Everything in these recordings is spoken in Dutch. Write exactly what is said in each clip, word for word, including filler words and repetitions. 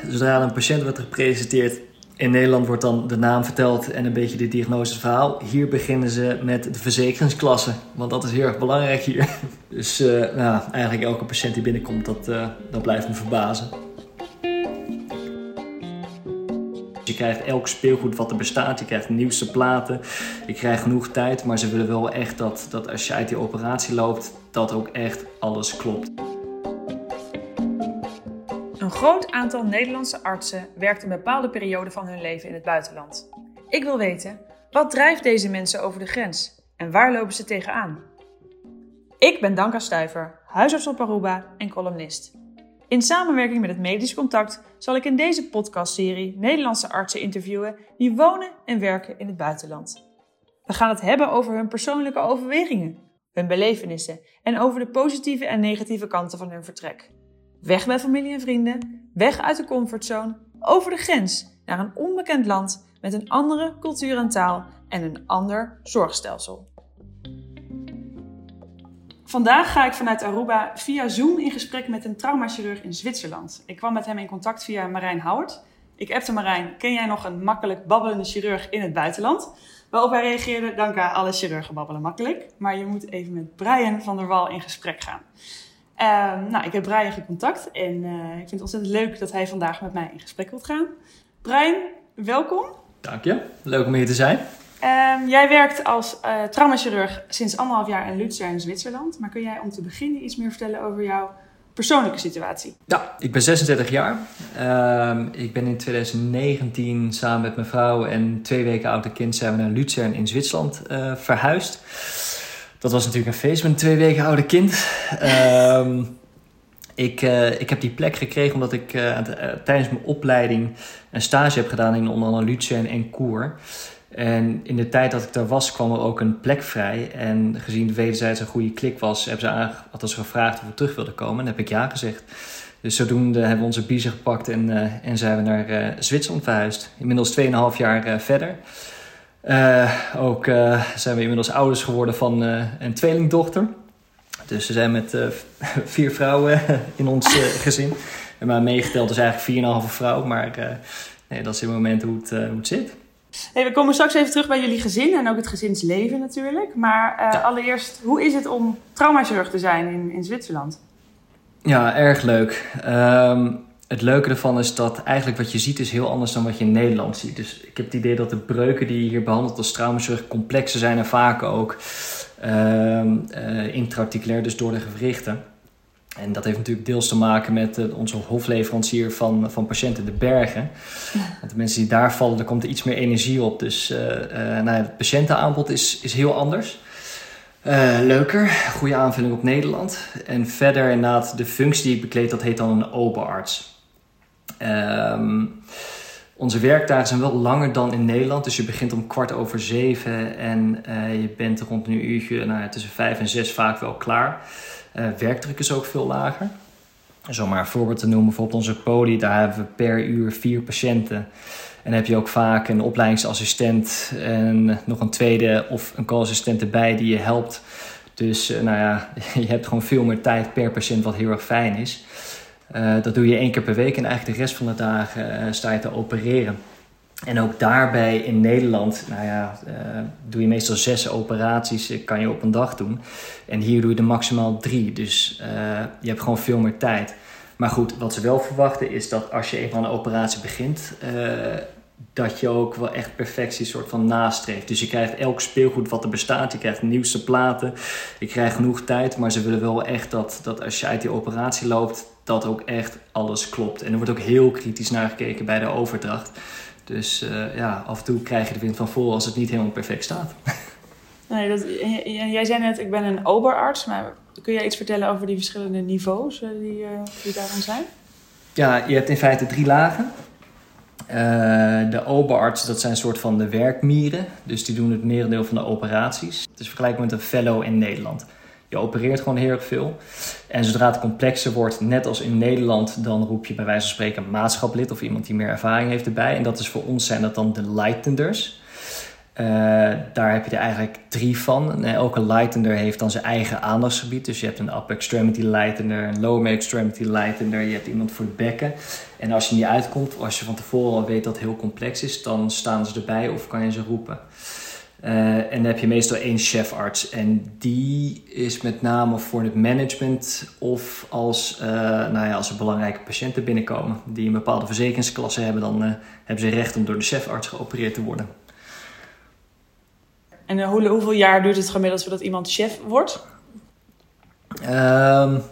Zodra een patiënt wordt gepresenteerd, in Nederland wordt dan de naam verteld en een beetje de diagnose verhaal. Hier beginnen ze met de verzekeringsklasse, want dat is heel erg belangrijk hier. Dus uh, nou, eigenlijk elke patiënt die binnenkomt, dat, uh, dat blijft me verbazen. Je krijgt elk speelgoed wat er bestaat, je krijgt de nieuwste platen, je krijgt genoeg tijd. Maar ze willen wel echt dat, dat als je uit die operatie loopt, dat ook echt alles klopt. Een groot aantal Nederlandse artsen werkt een bepaalde periode van hun leven in het buitenland. Ik wil weten, wat drijft deze mensen over de grens en waar lopen ze tegenaan? Ik ben Danka Stuyver, huisarts op Aruba en columnist. In samenwerking met het Medisch Contact zal ik in deze podcastserie Nederlandse artsen interviewen die wonen en werken in het buitenland. We gaan het hebben over hun persoonlijke overwegingen, hun belevenissen en over de positieve en negatieve kanten van hun vertrek. Weg bij familie en vrienden, weg uit de comfortzone, over de grens naar een onbekend land met een andere cultuur en taal en een ander zorgstelsel. Vandaag ga ik vanuit Aruba via Zoom in gesprek met een traumachirurg in Zwitserland. Ik kwam met hem in contact via Marijn Houwert. Ik appte Marijn, ken jij nog een makkelijk babbelende chirurg in het buitenland? Waarop hij reageerde, Danka, alle chirurgen babbelen makkelijk. Maar je moet even met Brian van der Wal in gesprek gaan. Uh, nou, ik heb Brian gecontact en uh, ik vind het ontzettend leuk dat hij vandaag met mij in gesprek wilt gaan. Brian, welkom. Dank je, leuk om hier te zijn. Uh, jij werkt als uh, traumachirurg sinds anderhalf jaar in Luzern, Zwitserland. Maar kun jij om te beginnen iets meer vertellen over jouw persoonlijke situatie? Ja, ik ben zesendertig jaar. Uh, ik ben in twintig negentien samen met mijn vrouw en twee weken oude kind zijn we naar Luzern in Zwitserland uh, verhuisd. Dat was natuurlijk een feest met een twee weken oude kind. Uh, ik, uh, ik heb die plek gekregen omdat ik uh, tijdens mijn opleiding een stage heb gedaan in onder andere Luzern en Koer. En in de tijd dat ik daar was, kwam er ook een plek vrij. En gezien de wederzijds een goede klik was, hebben ze aange- hadden ze gevraagd of we terug wilden komen. En heb ik ja gezegd. Dus zodoende hebben we onze biezen gepakt en, uh, en zijn we naar uh, Zwitserland verhuisd. Inmiddels twee en een half jaar uh, verder. Uh, ook uh, zijn we inmiddels ouders geworden van uh, een tweelingdochter. Dus we zijn met uh, vier vrouwen in ons uh, gezin. En maar meegeteld is eigenlijk vier en een halve vrouw. Maar uh, nee, dat is in het moment hoe het, uh, hoe het zit. Hey, we komen straks even terug bij jullie gezin en ook het gezinsleven natuurlijk. Maar uh, ja. allereerst, hoe is het om traumachirurg te zijn in, in Zwitserland? Ja, erg leuk. Um, het leuke ervan is dat eigenlijk wat je ziet is heel anders dan wat je in Nederland ziet. Dus ik heb het idee dat de breuken die je hier behandelt als traumachirurg complexer zijn en vaak ook uh, uh, intra-articulair, dus door de gewrichten. En dat heeft natuurlijk deels te maken met uh, onze hofleverancier van, van patiënten, de Bergen. Want de mensen die daar vallen, daar komt er iets meer energie op. Dus uh, uh, nou ja, het patiëntenaanbod is, is heel anders. Uh, leuker, goede aanvulling op Nederland. En verder inderdaad, de functie die ik bekleed, dat heet dan een oberarts. Um, onze werkdagen zijn wel langer dan in Nederland. Dus je begint om kwart over zeven en uh, je bent rond een uurtje nou, tussen vijf en zes vaak wel klaar. Uh, werkdruk is ook veel lager. Zo maar een voorbeeld te noemen, bijvoorbeeld onze poli, daar hebben we per uur vier patiënten. En dan heb je ook vaak een opleidingsassistent en nog een tweede of een co-assistent erbij die je helpt. Dus uh, nou ja, je hebt gewoon veel meer tijd per patiënt, wat heel erg fijn is. Uh, dat doe je één keer per week en eigenlijk de rest van de dagen uh, sta je te opereren. En ook daarbij in Nederland, nou ja, uh, doe je meestal zes operaties, uh, kan je op een dag doen. En hier doe je er maximaal drie, dus uh, je hebt gewoon veel meer tijd. Maar goed, wat ze wel verwachten is dat als je eenmaal een operatie begint, uh, dat je ook wel echt perfectie soort van nastreeft. Dus je krijgt elk speelgoed wat er bestaat, je krijgt de nieuwste platen, je krijgt genoeg tijd. Maar ze willen wel echt dat, dat als je uit die operatie loopt, dat ook echt alles klopt. En er wordt ook heel kritisch naar gekeken bij de overdracht. Dus uh, ja, af en toe krijg je de wind van voor als het niet helemaal perfect staat. Nee, dat, jij zei net, ik ben een oberarts, maar kun jij iets vertellen over die verschillende niveaus uh, die, uh, die daar dan zijn? Ja, je hebt in feite drie lagen. Uh, de oberarts, dat zijn een soort van de werkmieren. Dus die doen het merendeel van de operaties. Het is vergelijkbaar met een fellow in Nederland. Je opereert gewoon heel erg veel. En zodra het complexer wordt, net als in Nederland, dan roep je bij wijze van spreken een maatschaplid of iemand die meer ervaring heeft erbij. En dat is voor ons zijn dat dan de leitenders. Uh, daar heb je er eigenlijk drie van. En elke lightender heeft dan zijn eigen aandachtsgebied. Dus je hebt een upper extremity lightender, een lower extremity lightender. Je hebt iemand voor het bekken. En als je niet uitkomt, als je van tevoren al weet dat het heel complex is, dan staan ze erbij of kan je ze roepen. Uh, en dan heb je meestal één chefarts. En die is met name voor het management of als, uh, nou ja, als er belangrijke patiënten binnenkomen die een bepaalde verzekeringsklasse hebben, dan uh, hebben ze recht om door de chefarts geopereerd te worden. En uh, hoe, hoeveel jaar duurt het gemiddeld voordat iemand chef wordt? Um,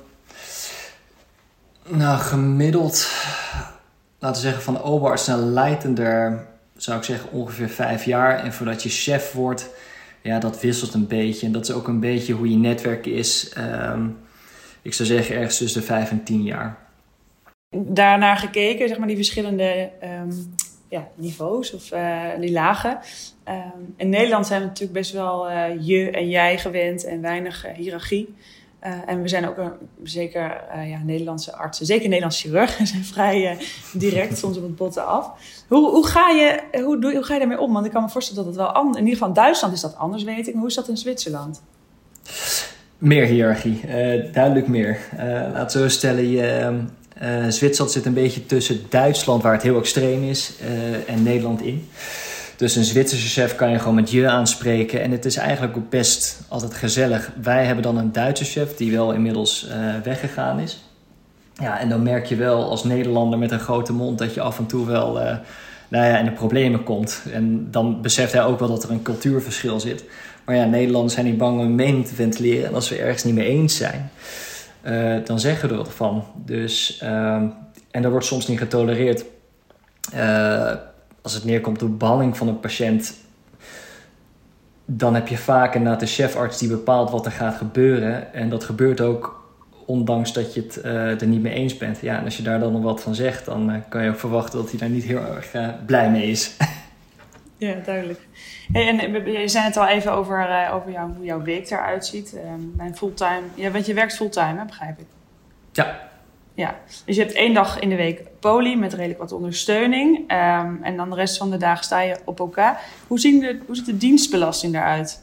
nou, gemiddeld, laten we zeggen van oberarts naar leitender, zou ik zeggen ongeveer vijf jaar. En voordat je chef wordt, ja, dat wisselt een beetje. En dat is ook een beetje hoe je netwerk is. Um, ik zou zeggen ergens tussen de vijf en tien jaar. Daarnaar gekeken, zeg maar die verschillende um, ja, niveaus of uh, die lagen. Um, in Nederland zijn we natuurlijk best wel uh, je en jij gewend en weinig uh, hiërarchie. Uh, en we zijn ook een, zeker uh, ja, Nederlandse artsen, zeker Nederlandse chirurgen, zijn vrij uh, direct, soms op het botten af. Hoe, hoe, ga je, hoe, doe, hoe ga je daarmee om? Want ik kan me voorstellen dat het wel anders is. In ieder geval in Duitsland is dat anders, weet ik. Maar hoe is dat in Zwitserland? Meer hiërarchie, uh, duidelijk meer. Uh, laten we zo stellen, je, uh, Zwitserland zit een beetje tussen Duitsland, waar het heel extreem is, uh, en Nederland in. Dus een Zwitserse chef kan je gewoon met je aanspreken. En het is eigenlijk ook best altijd gezellig. Wij hebben dan een Duitse chef die wel inmiddels uh, weggegaan is. Ja, en dan merk je wel als Nederlander met een grote mond dat je af en toe wel uh, nou ja, in de problemen komt. En dan beseft hij ook wel dat er een cultuurverschil zit. Maar ja, Nederlanders zijn niet bang om hun mening te ventileren. En als we ergens niet mee eens zijn, uh, dan zeggen we er wat van. Dus, uh, en dat wordt soms niet getolereerd. Uh, Als het neerkomt op de behandeling van een patiënt, dan heb je vaak inderdaad de chefarts die bepaalt wat er gaat gebeuren. En dat gebeurt ook ondanks dat je het uh, er niet mee eens bent. Ja, en als je daar dan nog wat van zegt, dan uh, kan je ook verwachten dat hij daar niet heel erg uh, blij mee is. Ja, duidelijk. Hey, en je zei het al even over, uh, over jou, hoe jouw week eruit ziet. Um, mijn fulltime, ja, want je werkt fulltime, hè, begrijp ik? Ja. Ja, dus je hebt één dag in de week poli met redelijk wat ondersteuning. Um, en dan de rest van de dagen sta je op elkaar. Hoe, zien de, hoe ziet de dienstbelasting daaruit?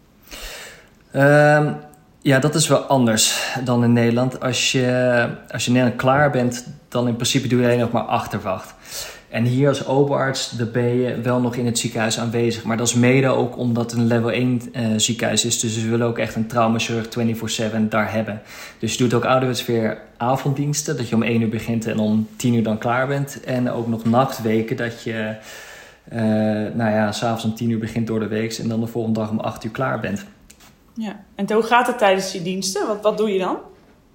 Um, ja, dat is wel anders dan in Nederland. Als je, als je in Nederland klaar bent, dan in principe doe je alleen nog maar achterwacht. En hier als oberarts, dan ben je wel nog in het ziekenhuis aanwezig. Maar dat is mede ook omdat het een level één uh, ziekenhuis is. Dus ze willen ook echt een traumachirurg vierentwintig zeven daar hebben. Dus je doet ook ouderwets weer avonddiensten. Dat je om één uur begint en om tien uur dan klaar bent. En ook nog nachtweken dat je uh, nou ja, 's avonds om tien uur begint door de week. En dan de volgende dag om acht uur klaar bent. Ja, en hoe gaat het tijdens die diensten? Wat, wat doe je dan?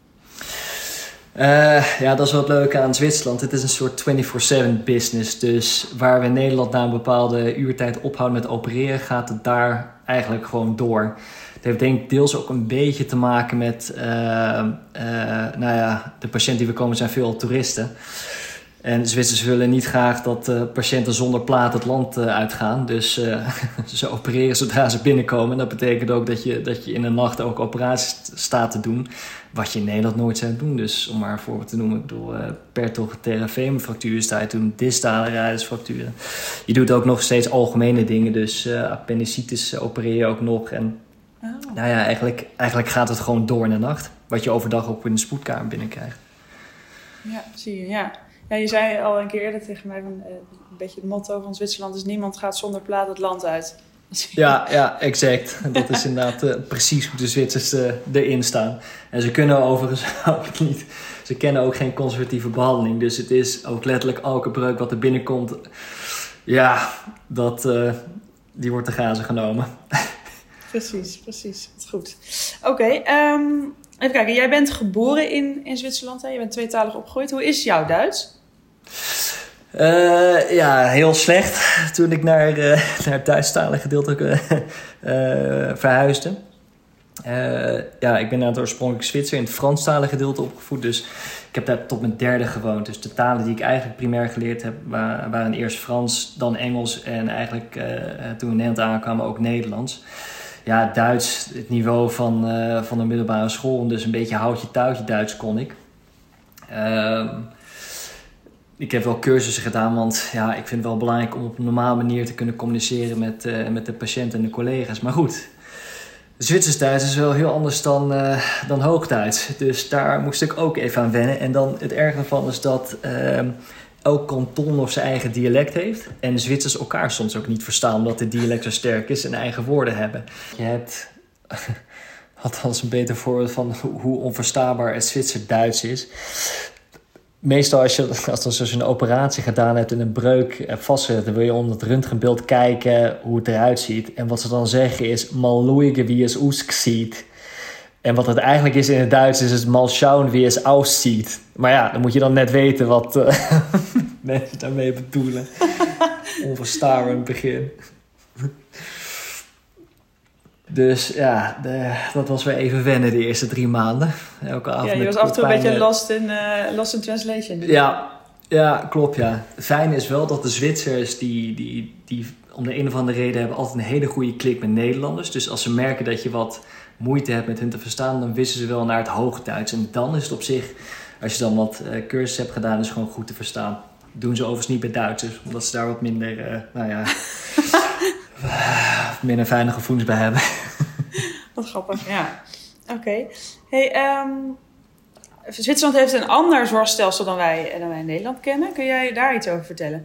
Uh, ja, dat is wat leuk aan Zwitserland. Het is een soort vierentwintig zeven business. Dus waar we in Nederland na een bepaalde uurtijd ophouden met opereren, gaat het daar eigenlijk gewoon door. Het heeft denk ik deels ook een beetje te maken met, uh, uh, nou ja, de patiënten die we komen zijn veel toeristen. En Zwitsers willen niet graag dat uh, patiënten zonder plaat het land uh, uitgaan. Dus uh, ze opereren zodra ze binnenkomen. En dat betekent ook dat je, dat je in de nacht ook operaties staat te doen. Wat je in Nederland nooit zou doen. Dus om maar een voorbeeld te noemen. Ik bedoel, uh, pertogetale femurfracturen sta je toen. Distale radiusfracturen. Je doet ook nog steeds algemene dingen. Dus uh, appendicitis opereer je ook nog. En oh. nou ja, eigenlijk, eigenlijk gaat het gewoon door in de nacht. Wat je overdag ook in de spoedkamer binnenkrijgt. Ja, zie je, ja. Ja, je zei al een keer eerder tegen mij, van, uh, een beetje het motto van Zwitserland is niemand gaat zonder plaat het land uit. Ja, ja, exact. Dat is inderdaad uh, precies hoe de Zwitsers uh, erin staan. En ze kunnen overigens ook niet, ze kennen ook geen conservatieve behandeling. Dus het is ook letterlijk elke breuk wat er binnenkomt, ja, dat, uh, die wordt te grazen genomen. Precies, precies. Dat is goed. Oké, okay, um, even kijken. Jij bent geboren in, in Zwitserland, hè? Je bent tweetalig opgegroeid. Hoe is jouw Duits? Uh, ja, heel slecht. Toen ik naar, uh, naar het Duitsstalige gedeelte uh, uh, verhuisde. Uh, ja, ik ben aan het oorspronkelijk Zwitser in het Franstalige gedeelte opgevoed. Dus ik heb daar tot mijn derde gewoond. Dus de talen die ik eigenlijk primair geleerd heb waren eerst Frans, dan Engels. En eigenlijk uh, toen we in Nederland aankwamen ook Nederlands. Ja, Duits, het niveau van, uh, van de middelbare school. Dus een beetje houtje touwtje Duits kon ik. Uh, ik heb wel cursussen gedaan, want ja, ik vind het wel belangrijk om op een normale manier te kunnen communiceren met, uh, met de patiënt en de collega's. Maar goed, Zwitsers-Duits is wel heel anders dan, uh, dan Hoogduits. Dus daar moest ik ook even aan wennen. En dan het erge ervan is dat uh, elk kanton nog zijn eigen dialect heeft. En de Zwitsers elkaar soms ook niet verstaan, omdat het dialect zo sterk is en eigen woorden hebben. Je hebt, althans een beter voorbeeld van hoe onverstaanbaar het Zwitser-Duits is. Meestal als je als dan zo'n operatie gedaan hebt en een breuk hebt vastgezet, dan wil je onder het röntgenbeeld kijken hoe het eruit ziet. En wat ze dan zeggen is, mal luigen wie es ausziet. En wat het eigenlijk is in het Duits is het mal schauen wie es aussieht. Maar ja, dan moet je dan net weten wat uh, mensen daarmee bedoelen. Onverstaanbaar in het begin. Dus ja, de, dat was weer even wennen de eerste drie maanden. Elke avond. Ja, je was af en toe een beetje lost in, uh, lost in translation. Ja, ja, klopt ja. Het fijne is wel dat de Zwitsers, die, die, die om de een of andere reden hebben altijd een hele goede klik met Nederlanders. Dus als ze merken dat je wat moeite hebt met hun te verstaan, dan wisselen ze wel naar het Hoogduits. En dan is het op zich, als je dan wat uh, cursus hebt gedaan, is het gewoon goed te verstaan. Dat doen ze overigens niet bij Duitsers, omdat ze daar wat minder, uh, nou ja... minder fijne gevoelens bij hebben. Wat grappig, ja. Oké. Okay. Hey, um, Zwitserland heeft een ander zorgstelsel dan wij, dan wij in Nederland kennen. Kun jij daar iets over vertellen?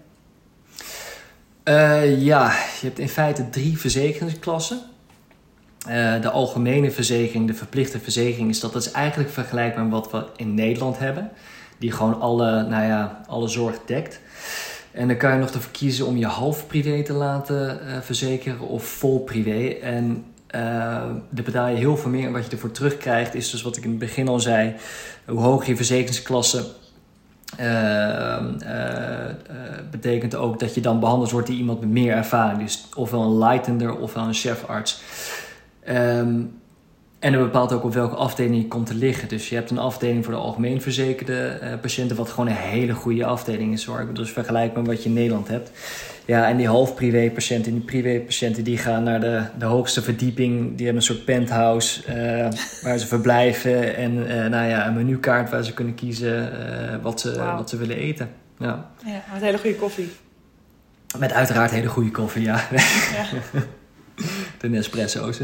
Uh, ja, je hebt in feite drie verzekeringsklassen. Uh, de algemene verzekering, de verplichte verzekering, is dat, dat is eigenlijk vergelijkbaar met wat we in Nederland hebben. Die gewoon alle, nou ja, alle zorg dekt. En dan kan je nog ervoor kiezen om je half privé te laten uh, verzekeren of vol privé. En uh, daar betaal je heel veel meer. En wat je ervoor terugkrijgt is dus wat ik in het begin al zei. Hoe hoger je verzekeringsklasse uh, uh, uh, betekent ook dat je dan behandeld wordt door iemand met meer ervaring. Dus ofwel een leitender ofwel een chefarts. Um, En dat bepaalt ook op welke afdeling je komt te liggen. Dus je hebt een afdeling voor de algemeen verzekerde uh, patiënten, wat gewoon een hele goede afdeling is, hoor. Dus vergelijk met wat je in Nederland hebt. Ja, en die half privé patiënten, die privé patiënten, die gaan naar de, de hoogste verdieping. Die hebben een soort penthouse uh, waar ze verblijven. En uh, nou ja, een menukaart waar ze kunnen kiezen uh, wat, ze, wow. wat ze willen eten. Ja. Ja, met hele goede koffie. Met uiteraard hele goede koffie, ja. Ja. De Nespresso's.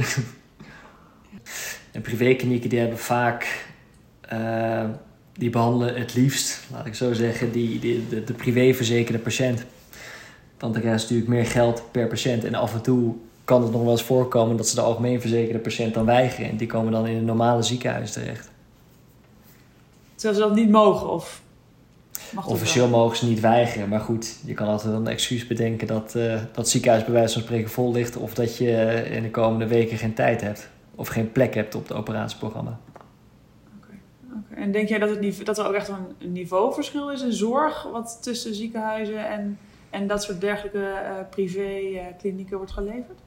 En privéklinieken die hebben vaak, uh, die behandelen het liefst, laat ik zo zeggen, die, die, de, de privéverzekerde patiënt. Want dan krijgen ze natuurlijk meer geld per patiënt. En af en toe kan het nog wel eens voorkomen dat ze de algemeen verzekerde patiënt dan weigeren. En die komen dan in een normale ziekenhuis terecht. Terwijl ze dat niet mogen? Of mag officieel mogen ze niet weigeren. Maar goed, je kan altijd een excuus bedenken dat uh, dat ziekenhuis bij wijze van spreken vol ligt. Of dat je in de komende weken geen tijd hebt. Of geen plek hebt op het operatieprogramma. Okay. Okay. En denk jij dat, het niveau, dat er ook echt een niveauverschil is in zorg wat tussen ziekenhuizen en, en dat soort dergelijke uh, privéklinieken uh, wordt geleverd?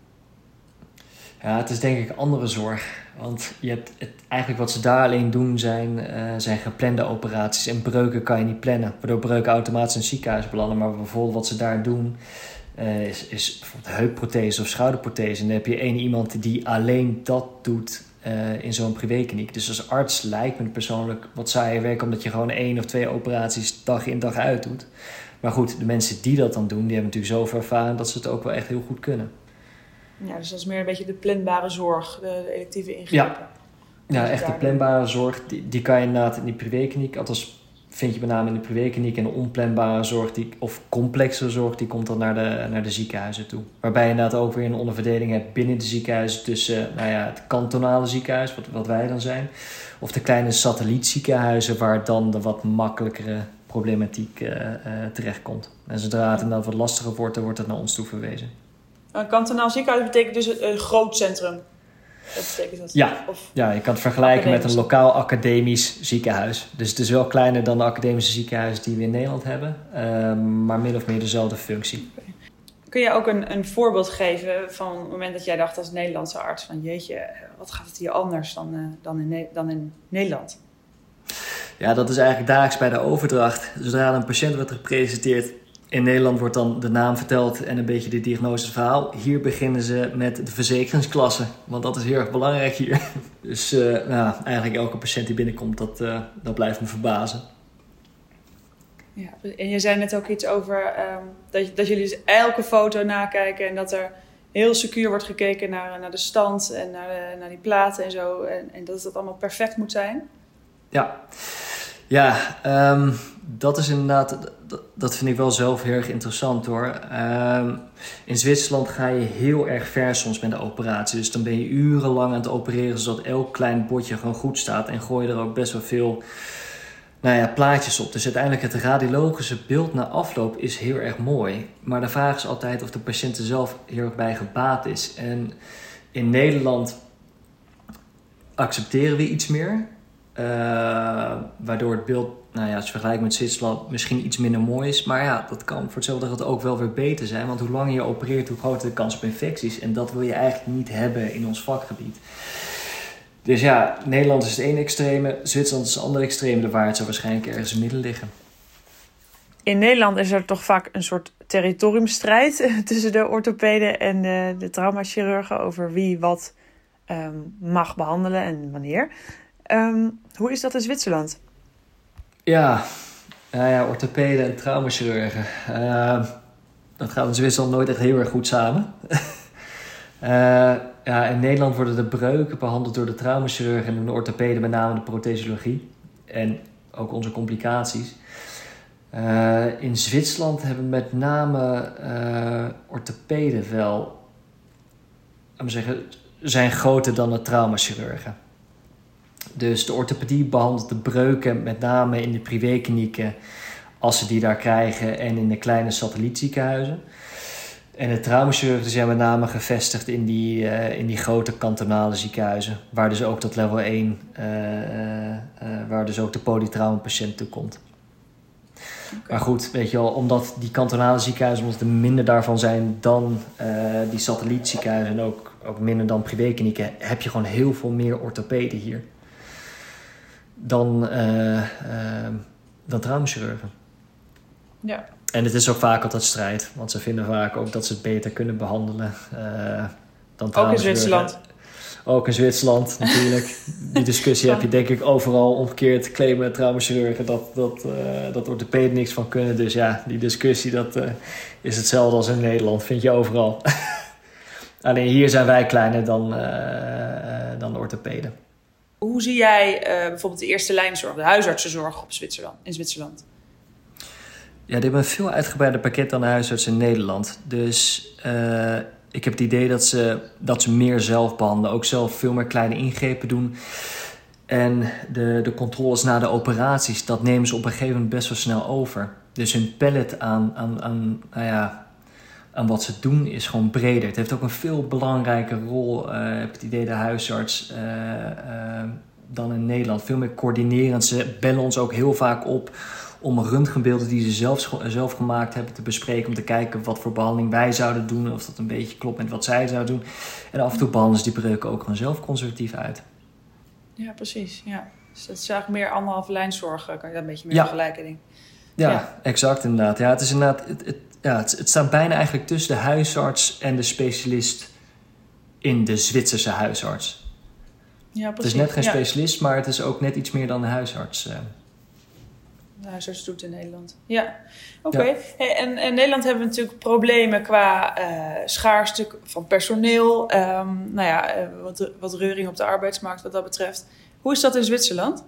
Ja, het is denk ik andere zorg. Want je hebt het, eigenlijk wat ze daar alleen doen zijn, uh, zijn geplande operaties. En breuken kan je niet plannen. Waardoor breuken automatisch in het ziekenhuis belanden. Maar bijvoorbeeld wat ze daar doen uh, is, is bijvoorbeeld heupprothese of schouderprothese. En dan heb je één iemand die alleen dat doet uh, in zo'n privékliniek. Dus als arts lijkt me persoonlijk wat saaier werk, omdat je gewoon één of twee operaties dag in dag uit doet. Maar goed, de mensen die dat dan doen, die hebben natuurlijk zoveel ervaring dat ze het ook wel echt heel goed kunnen. Ja, dus dat is meer een beetje de planbare zorg, de, de electieve ingrepen. Ja, ja echt de planbare zorg, die, die kan je inderdaad in die privékliniek, althans vind je met name in de privékliniek, en de onplanbare zorg, die, of complexe zorg, die komt dan naar de, naar de ziekenhuizen toe. Waarbij je inderdaad ook weer een onderverdeling hebt binnen de ziekenhuizen tussen nou ja, het kantonale ziekenhuis, wat, wat wij dan zijn, of de kleine satellietziekenhuizen waar dan de wat makkelijkere problematiek uh, uh, terechtkomt. En zodra het inderdaad wat lastiger wordt, dan wordt het naar ons toe verwezen. Een kantonaal ziekenhuis betekent dus een groot centrum. Dat betekent dat. Ja, of ja, je kan het vergelijken met een lokaal academisch ziekenhuis. Dus het is wel kleiner dan de academische ziekenhuizen die we in Nederland hebben. Uh, maar min of meer dezelfde functie. Okay. Kun je ook een, een voorbeeld geven van het moment dat jij dacht als Nederlandse arts van jeetje, wat gaat het hier anders dan, uh, dan, in, dan in Nederland? Ja, dat is eigenlijk dagelijks bij de overdracht. Zodra een patiënt wordt gepresenteerd, in Nederland wordt dan de naam verteld en een beetje de diagnose het verhaal. Hier beginnen ze met de verzekeringsklasse, want dat is heel erg belangrijk hier. Dus uh, nou, eigenlijk elke patiënt die binnenkomt, dat, uh, dat blijft me verbazen. Ja, en je zei net ook iets over um, dat, dat jullie dus elke foto nakijken en dat er heel secuur wordt gekeken naar, naar de stand en naar, de, naar die platen en zo. En, en dat dat allemaal perfect moet zijn. Ja, ja um, dat is inderdaad, dat, dat vind ik wel zelf heel erg interessant hoor. Um, in Zwitserland ga je heel erg ver soms met de operatie. Dus dan ben je urenlang aan het opereren zodat elk klein botje gewoon goed staat. En gooi je er ook best wel veel nou ja, plaatjes op. Dus uiteindelijk het radiologische beeld na afloop is heel erg mooi. Maar de vraag is altijd of de patiënt er zelf heel erg bij gebaat is. En in Nederland accepteren we iets meer. Uh, waardoor het beeld, nou ja, als je vergelijkt met Zwitserland, misschien iets minder mooi is. Maar ja, dat kan voor hetzelfde geld ook wel weer beter zijn. Want hoe langer je opereert, hoe groter de kans op infecties. En dat wil je eigenlijk niet hebben in ons vakgebied. Dus ja, Nederland is het ene extreme, Zwitserland is het andere extreme. De waarheid zou waarschijnlijk ergens in het midden liggen. In Nederland is er toch vaak een soort territoriumstrijd tussen de orthopeden en de, de traumachirurgen over wie wat um, mag behandelen en wanneer. Um, hoe is dat in Zwitserland? Ja, nou ja, orthopeden en traumachirurgen. Uh, dat gaat in Zwitserland nooit echt heel erg goed samen. uh, ja, in Nederland worden de breuken behandeld door de traumachirurgen en de orthopeden, met name de prothesologie. En ook onze complicaties. Uh, in Zwitserland hebben met name uh, orthopeden wel, laten we zeggen, zijn groter dan de traumachirurgen. Dus de orthopedie behandelt de breuken met name in de privéklinieken als ze die daar krijgen en in de kleine satellietziekenhuizen. En de traumachirurgen zijn met name gevestigd in die, uh, in die grote kantonale ziekenhuizen, waar dus ook dat level één, uh, uh, uh, waar dus ook de polytraumapatiënt toe komt. Okay. Maar goed, weet je wel, omdat die kantonale ziekenhuizen, omdat er minder daarvan zijn dan uh, die satellietziekenhuizen en ook, ook minder dan privéklinieken, heb je gewoon heel veel meer orthopeden hier dan, uh, uh, dan traumachirurgen. Ja. En het is ook vaak altijd strijd, want ze vinden vaak ook dat ze het beter kunnen behandelen uh, dan traumachirurgen. Ook in Zwitserland. Ook in Zwitserland natuurlijk. Die discussie heb je denk ik overal omgekeerd. Claimen traumachirurgen dat, dat, uh, dat orthopeden niks van kunnen. Dus ja, die discussie dat, uh, is hetzelfde als in Nederland. Vind je overal. Alleen hier zijn wij kleiner dan, uh, uh, dan de orthopeden. Hoe zie jij uh, bijvoorbeeld de eerste lijnzorg, de huisartsenzorg op Zwitserland, in Zwitserland? Ja, die hebben een veel uitgebreider pakket dan de huisarts in Nederland. Dus uh, ik heb het idee dat ze, dat ze meer zelf behandelen. Ook zelf veel meer kleine ingrepen doen. En de, de controles na de operaties, dat nemen ze op een gegeven moment best wel snel over. Dus hun pallet aan, aan, aan, nou ja, aan wat ze doen is gewoon breder. Het heeft ook een veel belangrijke rol, uh, heb het idee, de huisarts, uh, uh, dan in Nederland. Veel meer coördinerend. Ze bellen ons ook heel vaak op om röntgenbeelden die ze zelf, zelf gemaakt hebben te bespreken. Om te kijken wat voor behandeling wij zouden doen. Of dat een beetje klopt met wat zij zouden doen. En af en toe behandelen ze die breuken ook gewoon zelf conservatief uit. Ja, precies. Ja. Dus dat is eigenlijk meer anderhalve lijnzorg. Kan je dat een beetje meer ja. vergelijken, denk ik. Ja, ja, exact inderdaad. Ja, het is inderdaad... Het, het, ja, het, het staat bijna eigenlijk tussen de huisarts en de specialist in de Zwitserse huisarts. Ja, precies. Het is net geen ja. specialist, maar het is ook net iets meer dan de huisarts. De huisarts doet in Nederland. Ja, oké. Okay. Ja. Hey, en in Nederland hebben we natuurlijk problemen qua uh, schaarste van personeel. Um, nou ja, uh, wat, wat reuring op de arbeidsmarkt wat dat betreft. Hoe is dat in Zwitserland?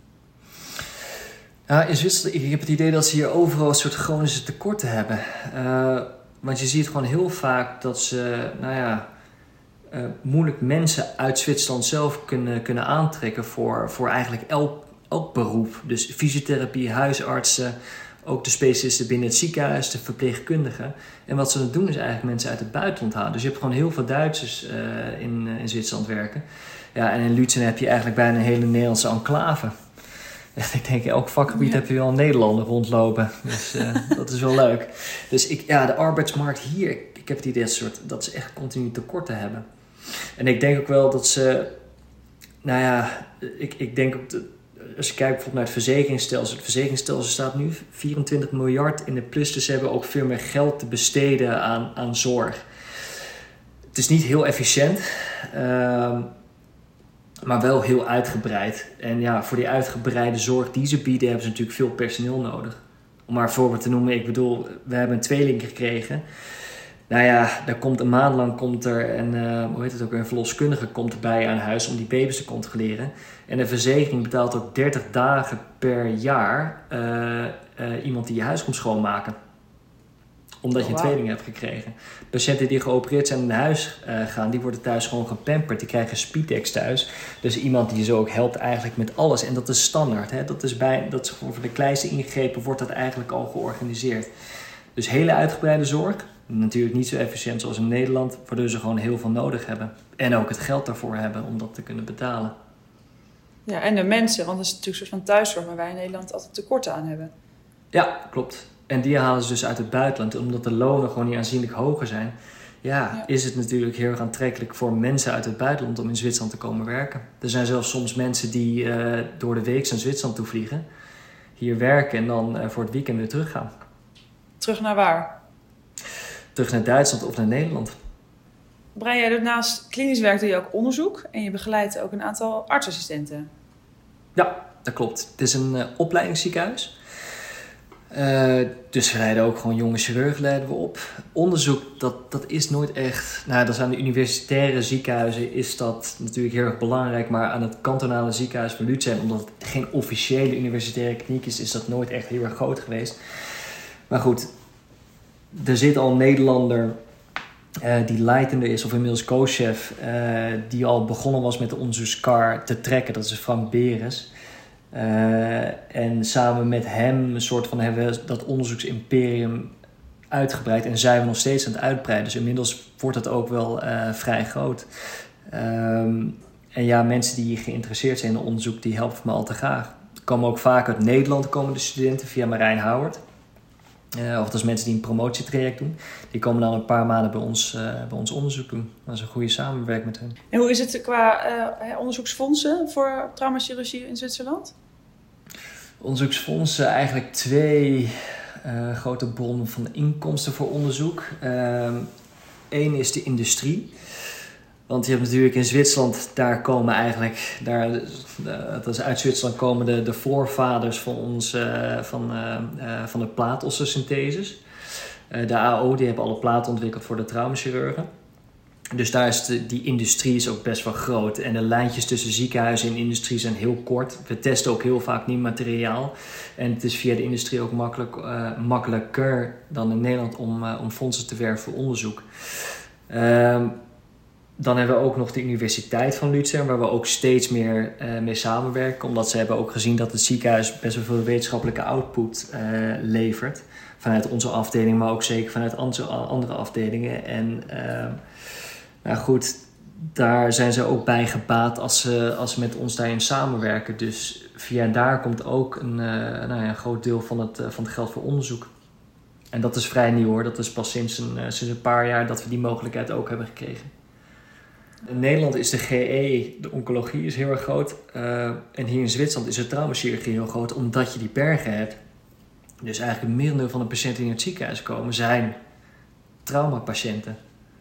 Ja, in Zwitserland, ik heb het idee dat ze hier overal een soort chronische tekorten hebben. Uh, want je ziet gewoon heel vaak dat ze, nou ja, uh, moeilijk mensen uit Zwitserland zelf kunnen, kunnen aantrekken voor, voor eigenlijk elk, elk beroep. Dus fysiotherapie, huisartsen, ook de specialisten binnen het ziekenhuis, de verpleegkundigen. En wat ze dan doen is eigenlijk mensen uit het buitenland halen. Dus je hebt gewoon heel veel Duitsers uh, in, uh, in Zwitserland werken. Ja, en in Lützen heb je eigenlijk bijna een hele Nederlandse enclave. Ik denk, elk vakgebied ja. heb je wel een Nederlander rondlopen. Dus uh, dat is wel leuk. Dus ik, ja, de arbeidsmarkt hier, ik, ik heb het idee dat, soort, dat ze echt continu tekorten hebben. En ik denk ook wel dat ze, nou ja, ik, ik denk ook, de, als je kijkt bijvoorbeeld naar het verzekeringsstelsel. Het verzekeringsstelsel staat nu vierentwintig miljard in de plus. Dus ze hebben ook veel meer geld te besteden aan, aan zorg. Het is niet heel efficiënt. Uh, Maar wel heel uitgebreid. En ja, voor die uitgebreide zorg die ze bieden hebben ze natuurlijk veel personeel nodig. Om maar een voorbeeld te noemen, ik bedoel, we hebben een tweeling gekregen. Nou ja, daar komt een maand lang komt er een, uh, hoe heet het ook, een verloskundige komt erbij aan huis om die baby's te controleren. En de verzekering betaalt ook dertig dagen per jaar uh, uh, iemand die je huis komt schoonmaken. Omdat oh, je een wow. tweeling hebt gekregen. Patiënten die geopereerd zijn en naar huis uh, gaan, die worden thuis gewoon gepamperd. Die krijgen Spitex thuis. Dus iemand die ze ook helpt eigenlijk met alles. En dat is standaard. Hè? Dat is bij, dat is voor de kleinste ingrepen wordt dat eigenlijk al georganiseerd. Dus hele uitgebreide zorg. Natuurlijk niet zo efficiënt zoals in Nederland. Waardoor ze gewoon heel veel nodig hebben. En ook het geld daarvoor hebben om dat te kunnen betalen. Ja, en de mensen. Want dat is natuurlijk een soort van thuiszorg waar wij in Nederland altijd tekorten aan hebben. Ja, klopt. En die halen ze dus uit het buitenland. Omdat de lonen gewoon niet aanzienlijk hoger zijn. Ja, ja, is het natuurlijk heel erg aantrekkelijk voor mensen uit het buitenland om in Zwitserland te komen werken. Er zijn zelfs soms mensen die uh, door de week naar Zwitserland toe vliegen. Hier werken en dan uh, voor het weekend weer teruggaan. Terug naar waar? Terug naar Duitsland of naar Nederland. Brian, jij doet naast klinisch werk doe je ook onderzoek. En je begeleidt ook een aantal artsassistenten. Ja, dat klopt. Het is een uh, opleidingsziekenhuis. Uh, dus we rijden ook gewoon jonge chirurgen leiden we op. Onderzoek, dat, dat is nooit echt... Nou, dat is aan de universitaire ziekenhuizen is dat natuurlijk heel erg belangrijk. Maar aan het kantonale ziekenhuis van Luzern, omdat het geen officiële universitaire kliniek is, is dat nooit echt heel erg groot geweest. Maar goed, er zit al een Nederlander uh, die leidende is, of inmiddels co-chef, uh, die al begonnen was met de onderzoekskar te trekken. Dat is Frank Beres. Uh, en samen met hem een soort van hebben we dat onderzoeksimperium uitgebreid en zijn we nog steeds aan het uitbreiden. Dus inmiddels wordt het ook wel uh, vrij groot. Um, en ja, mensen die geïnteresseerd zijn in onderzoek, die helpen me al te graag. Er komen ook vaak uit Nederland komen de studenten via Marijn Howard. Uh, of dat is mensen die een promotietraject doen. Die komen dan een paar maanden bij ons, uh, bij ons onderzoek doen. Dat is een goede samenwerking met hen. En hoe is het qua uh, onderzoeksfondsen voor traumachirurgie in Zwitserland? Onderzoeksfondsen, eigenlijk twee uh, grote bronnen van inkomsten voor onderzoek. Eén uh, is de industrie. Want je hebt natuurlijk in Zwitserland, daar komen eigenlijk, daar, uh, dat is uit Zwitserland komen de, de voorvaders van, ons, uh, van, uh, uh, van de plaatostersyntheses. Uh, de A O, die hebben alle platen ontwikkeld voor de traumachirurgen. Dus daar is de, die industrie is ook best wel groot. En de lijntjes tussen ziekenhuizen en industrie zijn heel kort. We testen ook heel vaak nieuw materiaal. En het is via de industrie ook makkelijk, uh, makkelijker dan in Nederland om, uh, om fondsen te werven voor onderzoek. Uh, dan hebben we ook nog de Universiteit van Luzern, waar we ook steeds meer uh, mee samenwerken. Omdat ze hebben ook gezien dat het ziekenhuis best wel veel wetenschappelijke output uh, levert. Vanuit onze afdeling, maar ook zeker vanuit andere afdelingen. En uh, nou goed, daar zijn ze ook bij gebaat als ze, als ze met ons daarin samenwerken. Dus via daar komt ook een, uh, nou ja, een groot deel van het, uh, van het geld voor onderzoek. En dat is vrij nieuw hoor. Dat is pas sinds een, uh, sinds een paar jaar dat we die mogelijkheid ook hebben gekregen. In Nederland is de G E, de oncologie, is heel erg groot. Uh, en hier in Zwitserland is de traumachirurgie heel groot, omdat je die bergen hebt. Dus eigenlijk een merendeel van de patiënten die in het ziekenhuis komen zijn traumapatiënten.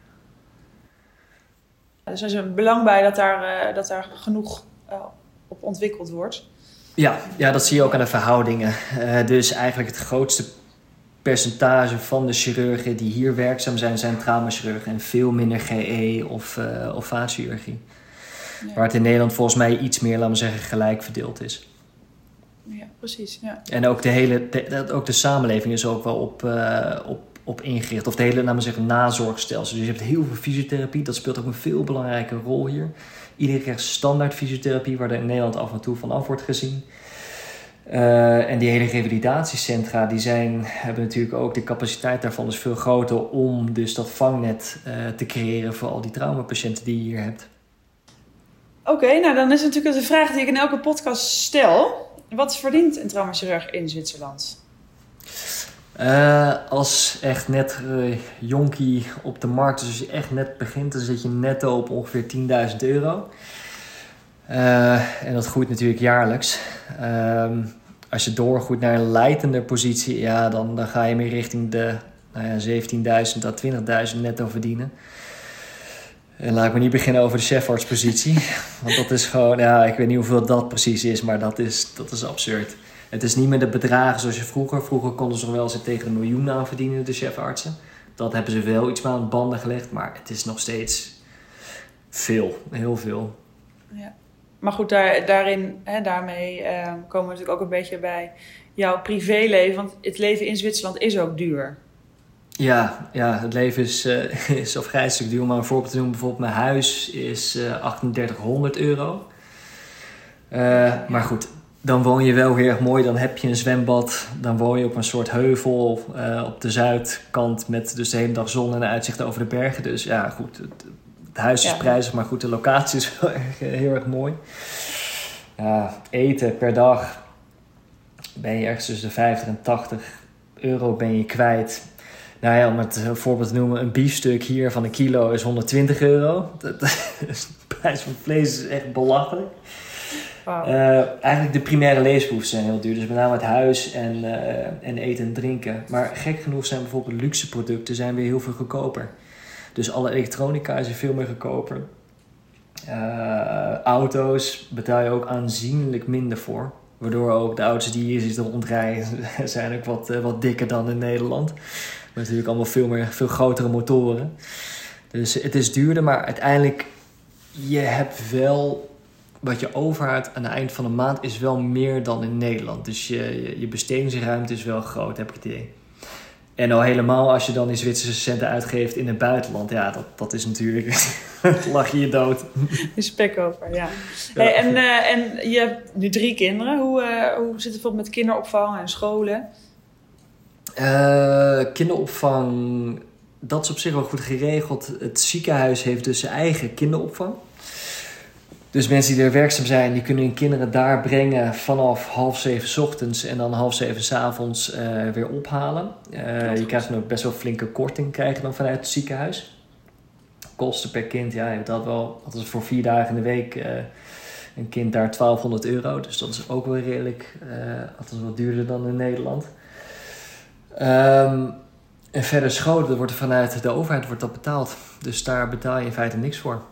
Dus er is een belang bij dat daar, uh, dat daar genoeg uh, op ontwikkeld wordt. Ja, ja, dat zie je ook aan de verhoudingen. Uh, dus eigenlijk het grootste percentage van de chirurgen die hier werkzaam zijn, zijn traumachirurgen. En veel minder G E of, uh, of vaatchirurgie. Ja. Waar het in Nederland volgens mij iets meer, laten we zeggen, gelijk verdeeld is. Ja, precies. Ja. En ook de hele, de, ook de samenleving is ook wel op, uh, op, op ingericht. Of de hele, laten we zeggen, nazorgstelsel. Dus je hebt heel veel fysiotherapie. Dat speelt ook een veel belangrijke rol hier. Iedereen krijgt standaard fysiotherapie, waar er in Nederland af en toe van af wordt gezien. Uh, en die hele revalidatiecentra, die zijn, hebben natuurlijk ook de capaciteit daarvan is veel groter om dus dat vangnet uh, te creëren voor al die traumapatiënten die je hier hebt. Oké, okay, nou dan is natuurlijk de vraag die ik in elke podcast stel. Wat verdient een traumachirurg in Zwitserland? Uh, als echt net uh, jonkie op de markt, dus als je echt net begint, dan zit je netto op ongeveer tienduizend euro. Uh, en dat groeit natuurlijk jaarlijks. Uh, als je doorgroeit naar een leidende positie, ja, dan, dan ga je meer richting de nou ja, zeventienduizend à twintigduizend netto verdienen. En laat ik me niet beginnen over de chefartspositie. Want dat is gewoon, ja, ik weet niet hoeveel dat precies is, maar dat is, dat is absurd. Het is niet meer de bedragen zoals je vroeger. Vroeger konden ze nog wel eens tegen een miljoen aan verdienen, de chefartsen. Dat hebben ze wel iets aan banden gelegd, maar het is nog steeds veel, heel veel. Ja. Maar goed, daar, daarin, hè, daarmee eh, komen we natuurlijk ook een beetje bij jouw privéleven. Want het leven in Zwitserland is ook duur. Ja, ja, het leven is, uh, is afgrijzelijk duur. Maar een voorbeeld te noemen, bijvoorbeeld mijn huis is uh, drieduizend euro. Uh, ja. Maar goed, dan woon je wel heel erg mooi. Dan heb je een zwembad. Dan woon je op een soort heuvel uh, op de zuidkant met dus de hele dag zon en uitzicht over de bergen. Dus ja, goed, het, het huis is ja. prijzig, maar goed, de locatie is wel erg, heel erg mooi. Ja, eten per dag ben je ergens tussen de vijftig en tachtig euro ben je kwijt. Nou ja, om het een voorbeeld te noemen, een biefstuk hier van een kilo is honderdtwintig euro. Dat, dat is, de prijs van vlees is echt belachelijk. Wow. Uh, eigenlijk de primaire levensbehoeften zijn heel duur. Dus met name het huis en, uh, en eten en drinken. Maar gek genoeg zijn bijvoorbeeld luxe producten zijn weer heel veel goedkoper. Dus alle elektronica is er veel meer goedkoper. Uh, auto's betaal je ook aanzienlijk minder voor. Waardoor ook de auto's die hier zitten rondrijden zijn ook wat, uh, wat dikker dan in Nederland. Met natuurlijk allemaal veel, meer, veel grotere motoren. Dus het is duurder, maar uiteindelijk je hebt wel wat je overhoudt aan het eind van de maand is wel meer dan in Nederland. Dus je, je, je bestedingsruimte is wel groot, heb ik het idee. En al helemaal als je dan die Zwitserse centen uitgeeft in het buitenland. Ja, dat, dat is natuurlijk... lach je je dood. Een spek over, ja. ja. Hey, en, uh, en je hebt nu drie kinderen. Hoe, uh, hoe zit het bijvoorbeeld met kinderopvang en scholen? Uh, kinderopvang, dat is op zich wel goed geregeld. Het ziekenhuis heeft dus zijn eigen kinderopvang. Dus mensen die er werkzaam zijn, die kunnen hun kinderen daar brengen vanaf half zeven 's ochtends en dan half zeven 's avonds uh, weer ophalen. Uh, je krijgt dan ook best wel flinke korting krijg je dan vanuit het ziekenhuis. Kosten per kind, ja, dat wel. Dat is voor vier dagen in de week uh, een kind daar twaalfhonderd euro. Dus dat is ook wel redelijk, uh, dat is wat duurder dan in Nederland. Um, en verder scholen, dat wordt er vanuit de overheid wordt dat betaald. Dus daar betaal je in feite niks voor.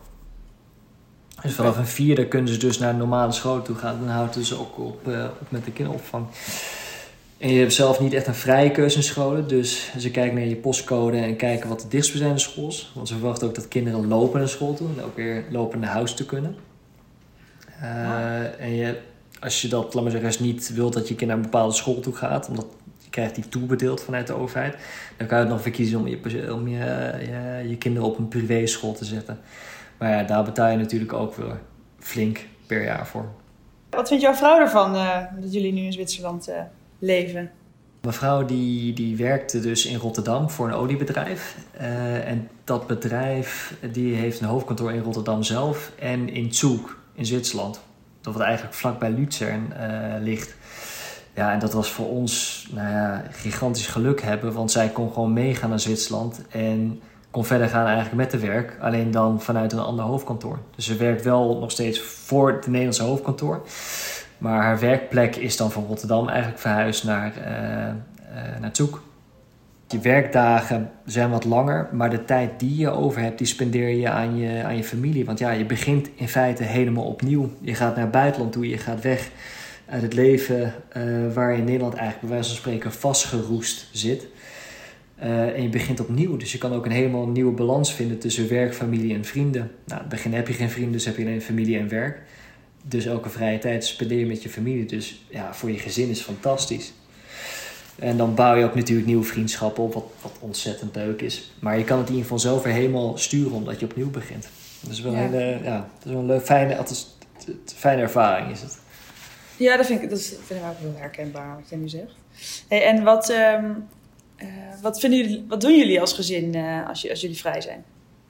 Dus vanaf een vierde kunnen ze dus naar een normale school toe gaan. Dan houdt het dus ook op, uh, op met de kinderopvang. En je hebt zelf niet echt een vrije keuze in scholen. Dus ze kijken naar je postcode en kijken wat de dichtstbijzijnde school is. Want ze verwachten ook dat kinderen lopen naar school toe. En ook weer lopen naar huis te kunnen. Uh, ja. En je, als je dat, laat maar zeggen, als je niet wilt dat je kind naar een bepaalde school toe gaat. Omdat je krijgt die toebedeeld vanuit de overheid. Dan kan je het nog verkiezen om je, om je, je, je kinderen op een privéschool te zetten. Maar ja, daar betaal je natuurlijk ook weer flink per jaar voor. Wat vindt jouw vrouw ervan uh, dat jullie nu in Zwitserland uh, leven? Mijn vrouw die, die werkte dus in Rotterdam voor een oliebedrijf. Uh, en dat bedrijf die heeft een hoofdkantoor in Rotterdam zelf en in Zug in Zwitserland. Dat wat eigenlijk vlakbij Luzern uh, ligt. Ja, en dat was voor ons nou ja, gigantisch geluk hebben, want zij kon gewoon meegaan naar Zwitserland en kon verder gaan eigenlijk met de werk, alleen dan vanuit een ander hoofdkantoor. Dus ze werkt wel nog steeds voor het Nederlandse hoofdkantoor. Maar haar werkplek is dan van Rotterdam eigenlijk verhuisd naar, uh, uh, naar Zug. Je werkdagen zijn wat langer, maar de tijd die je over hebt, die spendeer je aan je, aan je familie. Want ja, je begint in feite helemaal opnieuw. Je gaat naar het buitenland toe, je gaat weg uit het leven uh, waar je in Nederland eigenlijk bij wijze van spreken vastgeroest zit. Uh, en je begint opnieuw, dus je kan ook een helemaal nieuwe balans vinden tussen werk, familie en vrienden. Nou, in het begin heb je geen vrienden, dus heb je alleen familie en werk. Dus elke vrije tijd spendeer je met je familie. Dus ja, voor je gezin is fantastisch. En dan bouw je ook natuurlijk nieuwe vriendschappen op, wat, wat ontzettend leuk is. Maar je kan het in ieder geval zelf weer helemaal sturen, omdat je opnieuw begint. Dat is wel, ja. een, hele, ja, dat is wel een leuk, fijne, althans, een fijne ervaring is het. Ja, dat vind ik, dat vind ik ook heel herkenbaar wat jij nu zegt. Hey, en wat... Um... Uh, wat, vinden jullie, wat doen jullie als gezin uh, als, als jullie vrij zijn?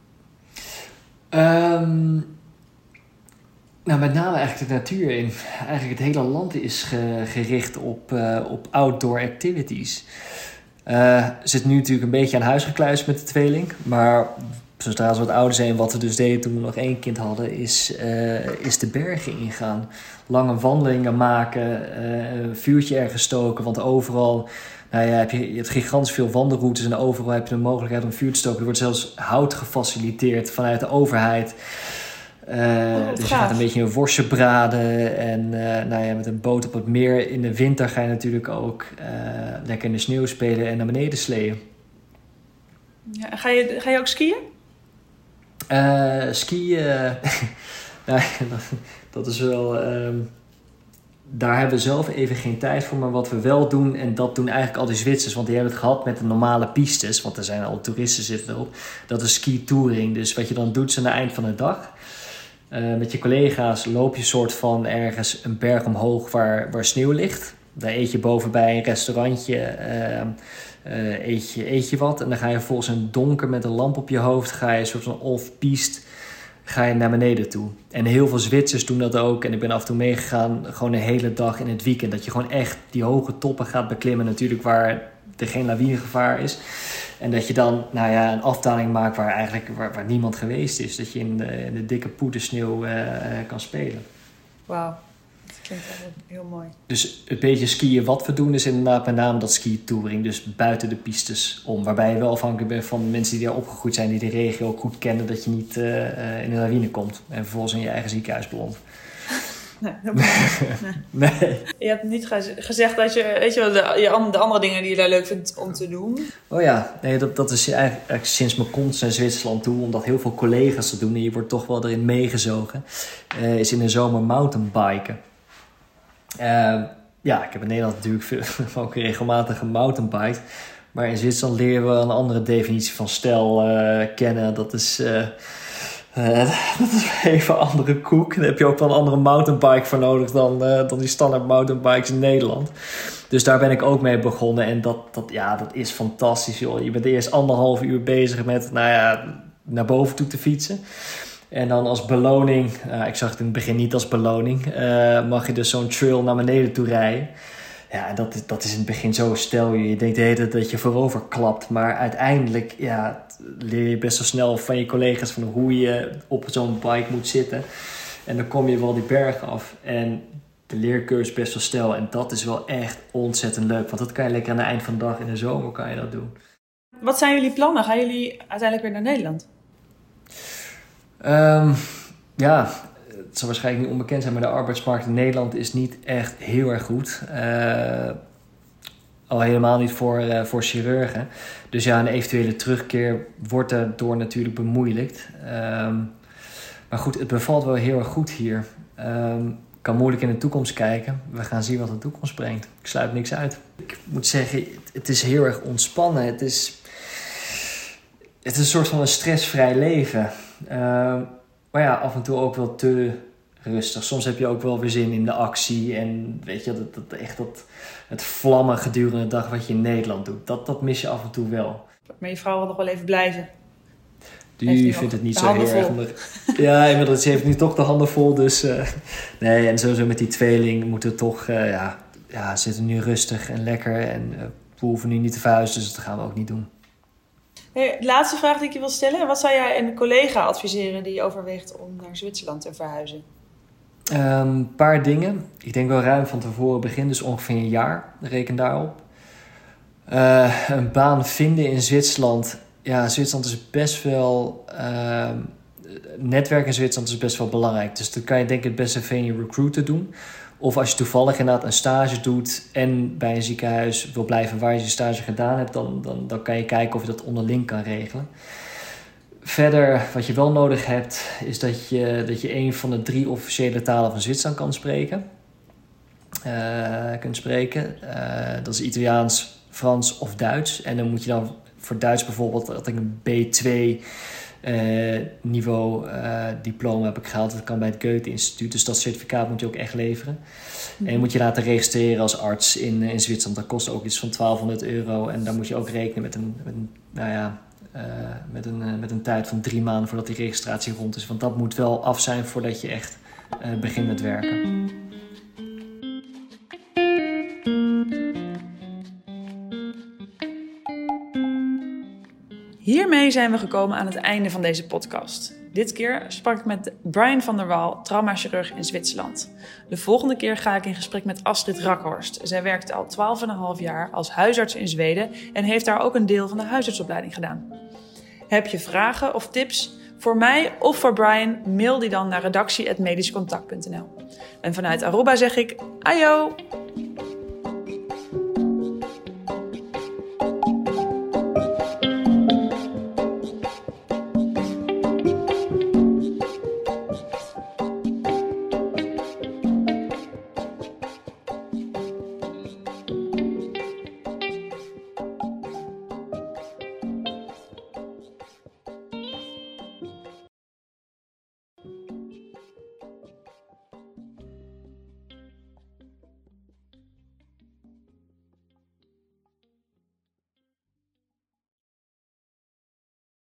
Um, nou, met name eigenlijk de natuur in. Eigenlijk het hele land is ge, gericht op, uh, op outdoor activities. Uh, zit nu natuurlijk een beetje aan huis gekluisterd met de tweeling. Maar zodra ze wat ouder zijn, wat we dus deden toen we nog één kind hadden, is, uh, is de bergen ingaan. Lange wandelingen maken, uh, een vuurtje ergens stoken, want overal nou ja, heb je, je hebt gigantisch veel wandelroutes en overal heb je de mogelijkheid om een vuur te stoken. Er wordt zelfs hout gefaciliteerd vanuit de overheid. Uh, oh, dus je gaat een beetje een worstje braden en uh, nou ja, met een boot op het meer. In de winter ga je natuurlijk ook uh, lekker in de sneeuw spelen en naar beneden sleeën. Ja, ga, je, ga je ook skiën? Uh, skiën, nou, dat, dat is wel... Um, daar hebben we zelf even geen tijd voor, maar wat we wel doen, en dat doen eigenlijk al die Zwitsers, want die hebben het gehad met de normale pistes, want er zijn al toeristen zitten erop, dat is ski-touring. Dus wat je dan doet, is aan het eind van de dag, uh, met je collega's loop je soort van ergens een berg omhoog waar, waar sneeuw ligt. Daar eet je bovenbij een restaurantje, uh, uh, eet, je, eet je wat en dan ga je volgens een donker met een lamp op je hoofd, ga je een soort van off-piste, ga je naar beneden toe. En heel veel Zwitsers doen dat ook. En ik ben af en toe meegegaan, gewoon een hele dag in het weekend. Dat je gewoon echt die hoge toppen gaat beklimmen. Natuurlijk waar er geen lawinegevaar is. En dat je dan nou ja, een afdaling maakt waar eigenlijk waar, waar niemand geweest is. Dat je in de, in de dikke poedersneeuw uh, kan spelen. Wauw, dat klinkt wel heel mooi. Dus het beetje skiën wat we doen is inderdaad met name dat ski-touring. Dus buiten de pistes om. Waarbij je wel afhankelijk bent van mensen die daar opgegroeid zijn. Die de regio ook goed kennen. Dat je niet uh, uh, in een lawine komt. En vervolgens in je eigen ziekenhuis belandt. Nee, dat moet niet. Nee. Nee. Je hebt niet gezegd dat je, weet je wel, de, de andere dingen die je daar leuk vindt om te doen. Oh ja, nee, dat, dat is eigenlijk, eigenlijk sinds mijn komst naar Zwitserland toe, omdat heel veel collega's dat doen en je wordt toch wel erin meegezogen, uh, is in de zomer mountainbiken. Uh, ja, ik heb in Nederland natuurlijk veel, ook regelmatig gemountainbiked, maar in Zwitserland leren we een andere definitie van stijl uh, kennen. Dat is... Uh, Uh, dat is even een andere koek. Daar heb je ook wel een andere mountainbike voor nodig dan, uh, dan die standaard mountainbikes in Nederland. Dus daar ben ik ook mee begonnen. En dat, dat, ja, dat is fantastisch, joh. Je bent eerst anderhalf uur bezig met nou ja, naar boven toe te fietsen. En dan als beloning, uh, ik zag het in het begin niet als beloning, uh, mag je dus zo'n trail naar beneden toe rijden. Ja, en dat, dat is in het begin zo stel je. Je denkt de hele tijd dat je voorover klapt. Maar uiteindelijk ja, leer je best wel snel van je collega's van hoe je op zo'n bike moet zitten. En dan kom je wel die berg af. En de leercurve is best wel snel. En dat is wel echt ontzettend leuk. Want dat kan je lekker aan het eind van de dag in de zomer kan je dat doen. Wat zijn jullie plannen? Gaan jullie uiteindelijk weer naar Nederland? Um, ja... Het zal waarschijnlijk niet onbekend zijn, maar de arbeidsmarkt in Nederland is niet echt heel erg goed. Uh, al helemaal niet voor, uh, voor chirurgen. Dus ja, een eventuele terugkeer wordt daardoor natuurlijk bemoeilijkt. Um, maar goed, het bevalt wel heel erg goed hier. Um, kan moeilijk in de toekomst kijken. We gaan zien wat de toekomst brengt. Ik sluit niks uit. Ik moet zeggen, het is heel erg ontspannen. Het is, het is een soort van een stressvrij leven. Uh, Maar ja, af en toe ook wel te rustig. Soms heb je ook wel weer zin in de actie. En weet je, dat, dat, echt dat, het vlammen gedurende de dag wat je in Nederland doet. Dat, dat mis je af en toe wel. Maar je vrouw wil nog wel even blijven. Die vindt het niet zo heel erg. Onder... Ja, inmiddels heeft nu toch de handen vol. Dus uh, nee, en sowieso met die tweeling moeten we toch... Uh, ja, ja, zitten nu rustig en lekker. En uh, we hoeven nu niet te verhuizen, dus dat gaan we ook niet doen. Hey, de laatste vraag die ik je wil stellen. Wat zou jij een collega adviseren die overweegt om naar Zwitserland te verhuizen? Een um, paar dingen. Ik denk wel ruim van tevoren beginnen, dus ongeveer een jaar. Reken daarop. Uh, een baan vinden in Zwitserland. Ja, Zwitserland is best wel... Uh, netwerk in Zwitserland is best wel belangrijk. Dus dan kan je denk ik het beste via je recruiter doen. Of als je toevallig inderdaad een stage doet en bij een ziekenhuis wil blijven waar je je stage gedaan hebt, dan, dan, dan kan je kijken of je dat onderling kan regelen. Verder, wat je wel nodig hebt, is dat je, dat je een van de drie officiële talen van Zwitserland kan spreken. Uh, kunt spreken. Uh, dat is Italiaans, Frans of Duits. En dan moet je dan voor Duits bijvoorbeeld, dat ik een B twee Uh, niveau uh, diploma heb ik gehaald. Dat kan bij het Goethe-instituut. Dus dat certificaat moet je ook echt leveren. Mm-hmm. En je moet je laten registreren als arts in, in Zwitserland. Dat kost ook iets van twaalfhonderd euro. En daar moet je ook rekenen met een, met een, nou ja, uh, met een, uh, met een tijd van drie maanden voordat die registratie rond is. Want dat moet wel af zijn voordat je echt uh, begint met werken. Hiermee zijn we gekomen aan het einde van deze podcast. Dit keer sprak ik met Brian van der Waal, traumachirurg in Zwitserland. De volgende keer ga ik in gesprek met Astrid Rakhorst. Zij werkt al twaalf en een half jaar als huisarts in Zweden en heeft daar ook een deel van de huisartsopleiding gedaan. Heb je vragen of tips voor mij of voor Brian? Mail die dan naar redactie apenstaartje medischcontact punt n l. En vanuit Aruba zeg ik ajo!